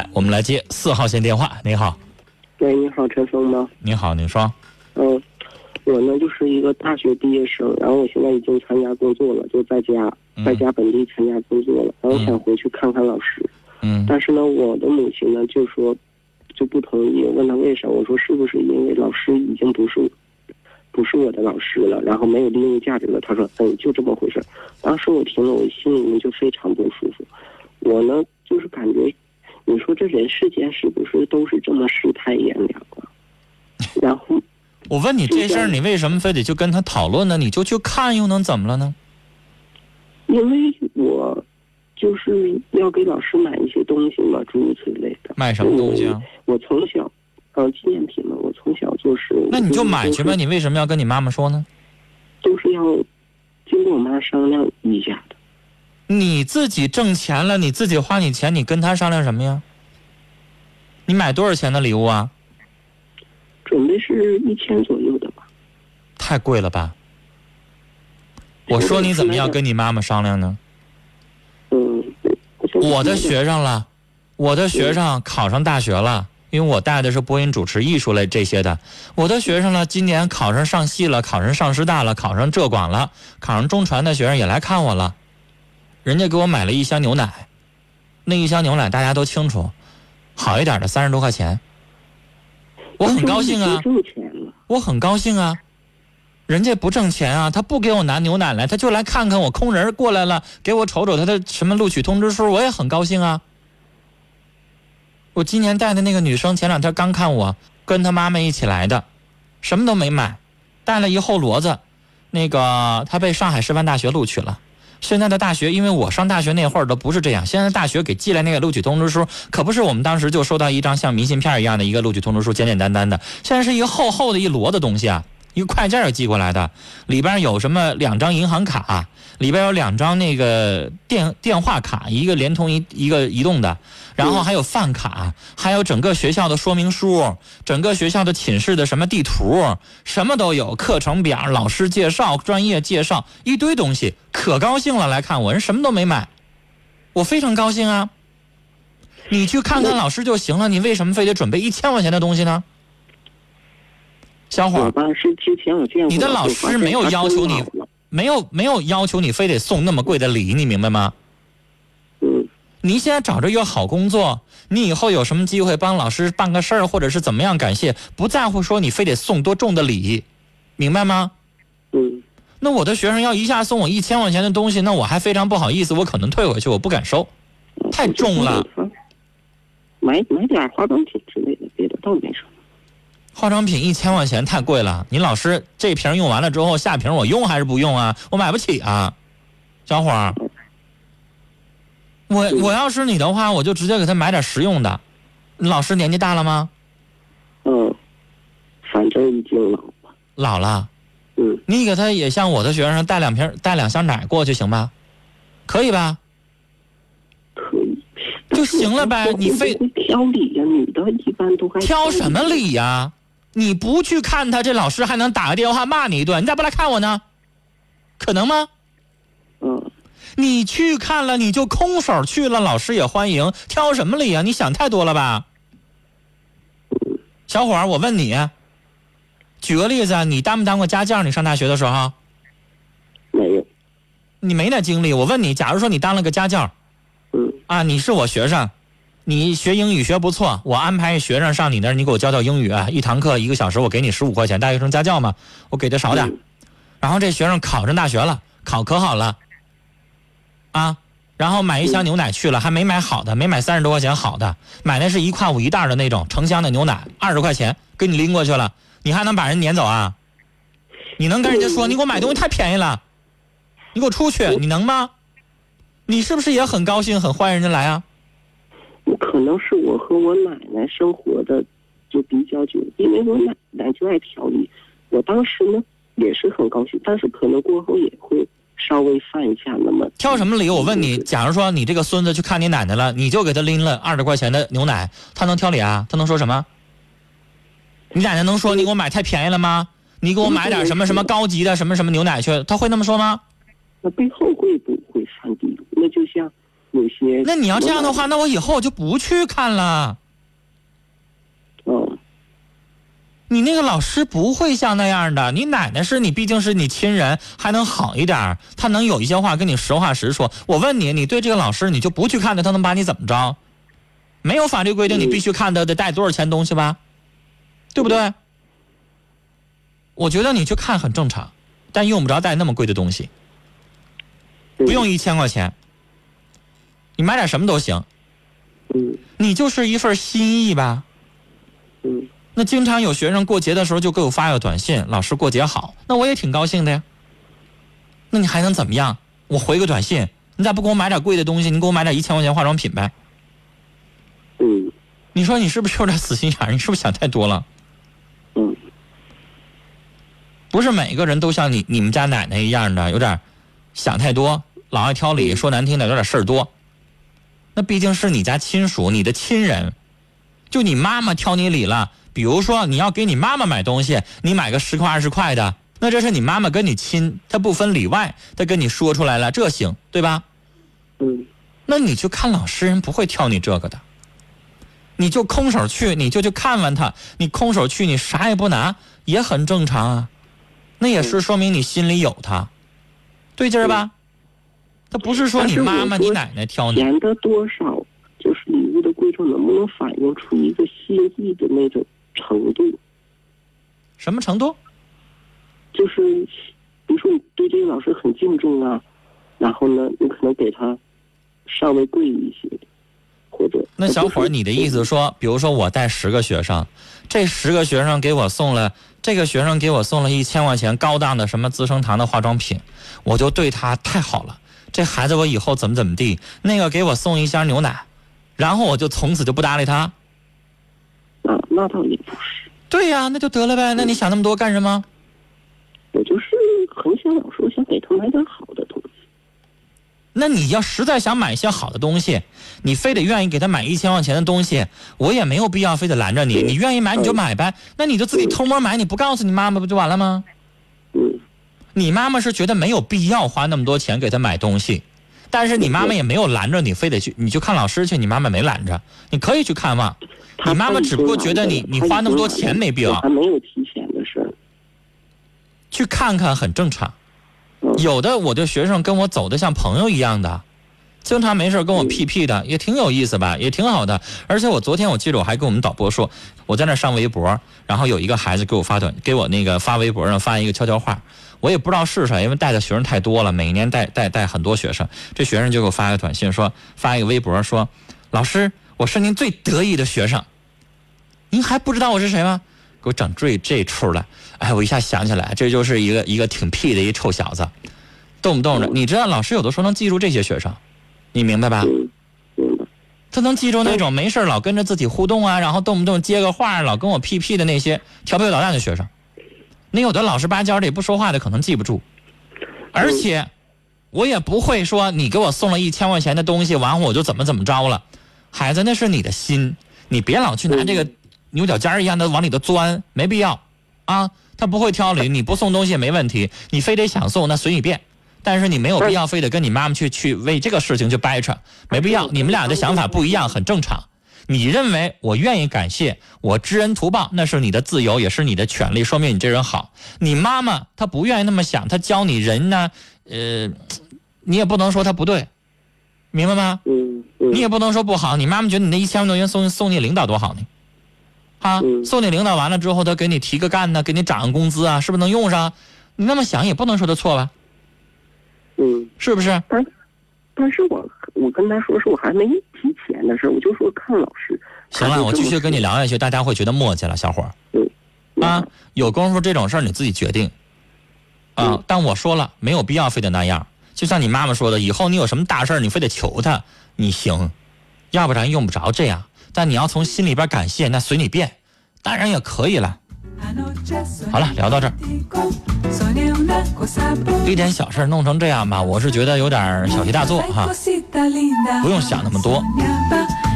我们来接4号线电话。你好。 喂，你好，陈峰吗？ 你好，您说。 我呢就是一个大学毕业生，然后我现在已经参加工作了，就在家本地参加工作了，然后想回去看看老师。但是呢，我的母亲呢就说就不同意，问他为啥，我说是不是因为老师已经不是我的老师了，然后没有利用价值了。他说就这么回事。当时我听了，我心里面就非常不舒服。我呢就是感觉，你说这人世间是不是都是这么世态炎凉啊？然后我问你这事儿，你为什么非得就跟他讨论呢？你就去看又能怎么了呢？ 因为我就是要给老师买一些东西嘛，诸如此类的。 买什么东西啊？ 我从小纪念品嘛，我从小做事。 那你就买去呗，你为什么要跟你妈妈说呢？ 都是要经过我妈商量一下的。 你自己挣钱了，你自己花你钱，你跟他商量什么呀？你买多少钱的礼物啊？ 准备是1000左右的吧。 太贵了吧？我说你怎么要跟你妈妈商量呢？我的学生了，我的学生考上大学了，因为我带的是播音主持艺术类这些的。我的学生了，今年考上上戏了，考上上师大了，考上浙广了，考上中传的学生也来看我了。人家给我买了1箱牛奶，那1箱牛奶大家都清楚，好一点的30多块钱。我很高兴啊，我很高兴啊。人家不挣钱啊，他不给我拿牛奶来，他就来看看我，空人过来了，给我瞅瞅他的什么录取通知书，我也很高兴啊。我今年带的那个女生前2天刚看我，跟她妈妈一起来的，什么都没买，带了一后骡子。那个她被上海师范大学录取了。现在的大学，因为我上大学那会儿都不是这样，现在大学给寄来那个录取通知书，可不是我们当时就收到一张像明信片一样的一个录取通知书，简简单单的，现在是一个厚厚的一摞的东西啊，一个快件寄过来的，里边有什么2张银行卡，里边有2张那个电话卡，一个联通一个移动的，然后还有饭卡，还有整个学校的说明书，整个学校的寝室的什么地图，什么都有，课程表、老师介绍、专业介绍，一堆东西，可高兴了。来看我，人什么都没买，我非常高兴啊。你去看看老师就行了，你为什么非得准备1000块钱的东西呢？小伙，你的老师没有要求你，没有要求你非得送那么贵的礼，你明白吗？你现在找着一个好工作，你以后有什么机会帮老师办个事儿，或者是怎么样感谢，不在乎说你非得送多重的礼，明白吗？那我的学生要一下送我1000块钱的东西，那我还非常不好意思，我可能退回去，我不敢收，太重了。 买点化妆品之类的，别的倒没什么。 化妆品1000块钱太贵了，你老师这瓶用完了之后，下瓶我用还是不用啊？我买不起啊，小伙儿。我要是你的话，我就直接给他买点实用的。老师年纪大了吗？ 反正已经老了。 老了。你给他也像我的学生带2箱奶过去行吧？可以吧？ 可以。 就行了呗，你非挑礼呀，女的一般都还挑什么礼呀？你不去看他，这老师还能打个电话骂你一顿，你咋不来看我呢？可能吗？你去看了，你就空手去了，老师也欢迎，挑什么礼啊？你想太多了吧？小伙儿，我问你，举个例子，你当没当过家教？你上大学的时候？ 没有。 你没那经历。我问你，假如说你当了个家教，你是我学生，你学英语学不错，我安排学生上你那儿，你给我教英语，一堂课1个小时，我给你15块钱，大学生家教嘛，我给的少点。然后这学生考上大学了，考可好了。然后买1箱牛奶去了，还没买好的，没买30多块钱好的，买的是1块5一袋的那种成箱的牛奶，20块钱给你拎过去了，你还能把人撵走啊？你能跟人家说你给我买东西太便宜了，你给我出去，你能吗？你是不是也很高兴，很欢迎人家来啊？ 可能是我和我奶奶生活的就比较久，因为我奶奶就爱调理，我当时呢也是很高兴，但是可能过后也会稍微犯一下那么。 挑什么理由？我问你，假如说你这个孙子去看你奶奶了，你就给他拎了20块钱的牛奶，他能挑理啊？他能说什么？你奶奶能说你给我买太便宜了吗？你给我买点什么什么高级的什么什么牛奶去，他会那么说吗？ 那背后会不会犯嘀咕？那就像有些。 那你要这样的话，那我以后就不去看了。你那个老师不会像那样的，你奶奶是你毕竟是你亲人，还能好一点，他能有一些话跟你实话实说。我问你，你对这个老师你就不去看他能把你怎么着？没有法律规定你必须看他得带多少钱东西吧，对不对？我觉得你去看很正常，但用不着带那么贵的东西，不用1000块钱，你买点什么都行。你就是一份心意吧。那经常有学生过节的时候就给我发个短信，老师过节好，那我也挺高兴的呀。那你还能怎么样？我回个短信，你咋不给我买点贵的东西？你给我买点1000块钱化妆品呗。你说你是不是有点死心眼？你是不是想太多了？不是每个人都像你们家奶奶一样的，有点想太多，老爱挑理，说难听点有点事儿多。那毕竟是你家亲属，你的亲人，就你妈妈挑你理了。比如说你要给你妈妈买东西，你买个10块20块的，那这是你妈妈跟你亲，她不分里外，她跟你说出来了，这行对吧？那你去看老师，人不会挑你这个的。你就空手去，你就去看完他，你空手去，你啥也不拿，也很正常啊。那也是说明你心里有他，对劲儿吧？他不是说你妈妈、你奶奶挑你。 钱的多少，就是礼物的贵重，能不能反映出一个心意的那种程度？ 什么程度？ 就是比如说你对这个老师很敬重啊，然后呢，你可能给他稍微贵一些，或者那小伙儿，你的意思说，比如说我带10个学生，这10个学生给我送了，这个学生给我送了1000块钱高档的什么资生堂的化妆品，我就对他太好了。这孩子我以后怎么地，那个给我送一箱牛奶，然后我就从此就不搭理他。 那倒也不是。 对呀，那就得了呗。那你想那么多干什么？ 我就是很想老说想给他买点好的东西。 那你要实在想买一些好的东西，你非得愿意给他买1000块钱的东西，我也没有必要非得拦着你。你愿意买你就买呗，那你就自己偷摸买，你不告诉你妈妈不就完了吗？你妈妈是觉得没有必要花那么多钱给他买东西，但是你妈妈也没有拦着你非得去，你去看老师去，你妈妈没拦着，你可以去看望。你妈妈只不过觉得你花那么多钱没必要。 还没有提钱的事儿。 去看看很正常。有的我的学生跟我走的像朋友一样的，经常没事跟我屁屁的，也挺有意思吧，也挺好的。而且昨天我记得我还跟我们导播说，我在那上微博，然后有一个孩子给我那个发微博上发一个悄悄话，我也不知道是谁，因为带的学生太多了，每一年带很多学生，这学生就给我发一个短信说，发一个微博说，老师，我是您最得意的学生，您还不知道我是谁吗？给我整这出来，哎，我一下想起来，这就是一个挺屁的一臭小子，动不动的，你知道老师有的时候能记住这些学生，你明白吧？他能记住那种没事老跟着自己互动啊，然后动不动接个话老跟我屁屁的那些调皮捣蛋的学生。你有的老实巴交的也不说话的可能记不住，而且我也不会说你给我送了1000块钱的东西，完我就怎么着了。孩子，那是你的心，你别老去拿这个牛角尖一样的往里头钻，没必要啊。他不会挑理，你不送东西也没问题，你非得想送那随你便，但是你没有必要非得跟你妈妈去为这个事情去掰扯，没必要。你们俩的想法不一样很正常，你认为我愿意感谢，我知恩图报，那是你的自由，也是你的权利，说明你这人好。你妈妈她不愿意那么想，她教你人呢，你也不能说她不对，明白吗？你也不能说不好。你妈妈觉得你那1000多元送你领导多好呢？送你领导完了之后，他给你提个干呢，给你涨个工资啊，是不是能用上？你那么想也不能说他错吧？是不是？ 但是我跟他说我还没提钱的事，我就说看老师。 行了，我继续跟你聊下去，大家会觉得磨叽了，小伙儿。有功夫这种事儿你自己决定。但我说了，没有必要非得那样。就像你妈妈说的，以后你有什么大事儿，你非得求他，你行，要不然用不着这样。但你要从心里边感谢，那随你便，当然也可以了。好了，聊到这儿，一点小事弄成这样吧，我是觉得有点小题大做哈，不用想那么多。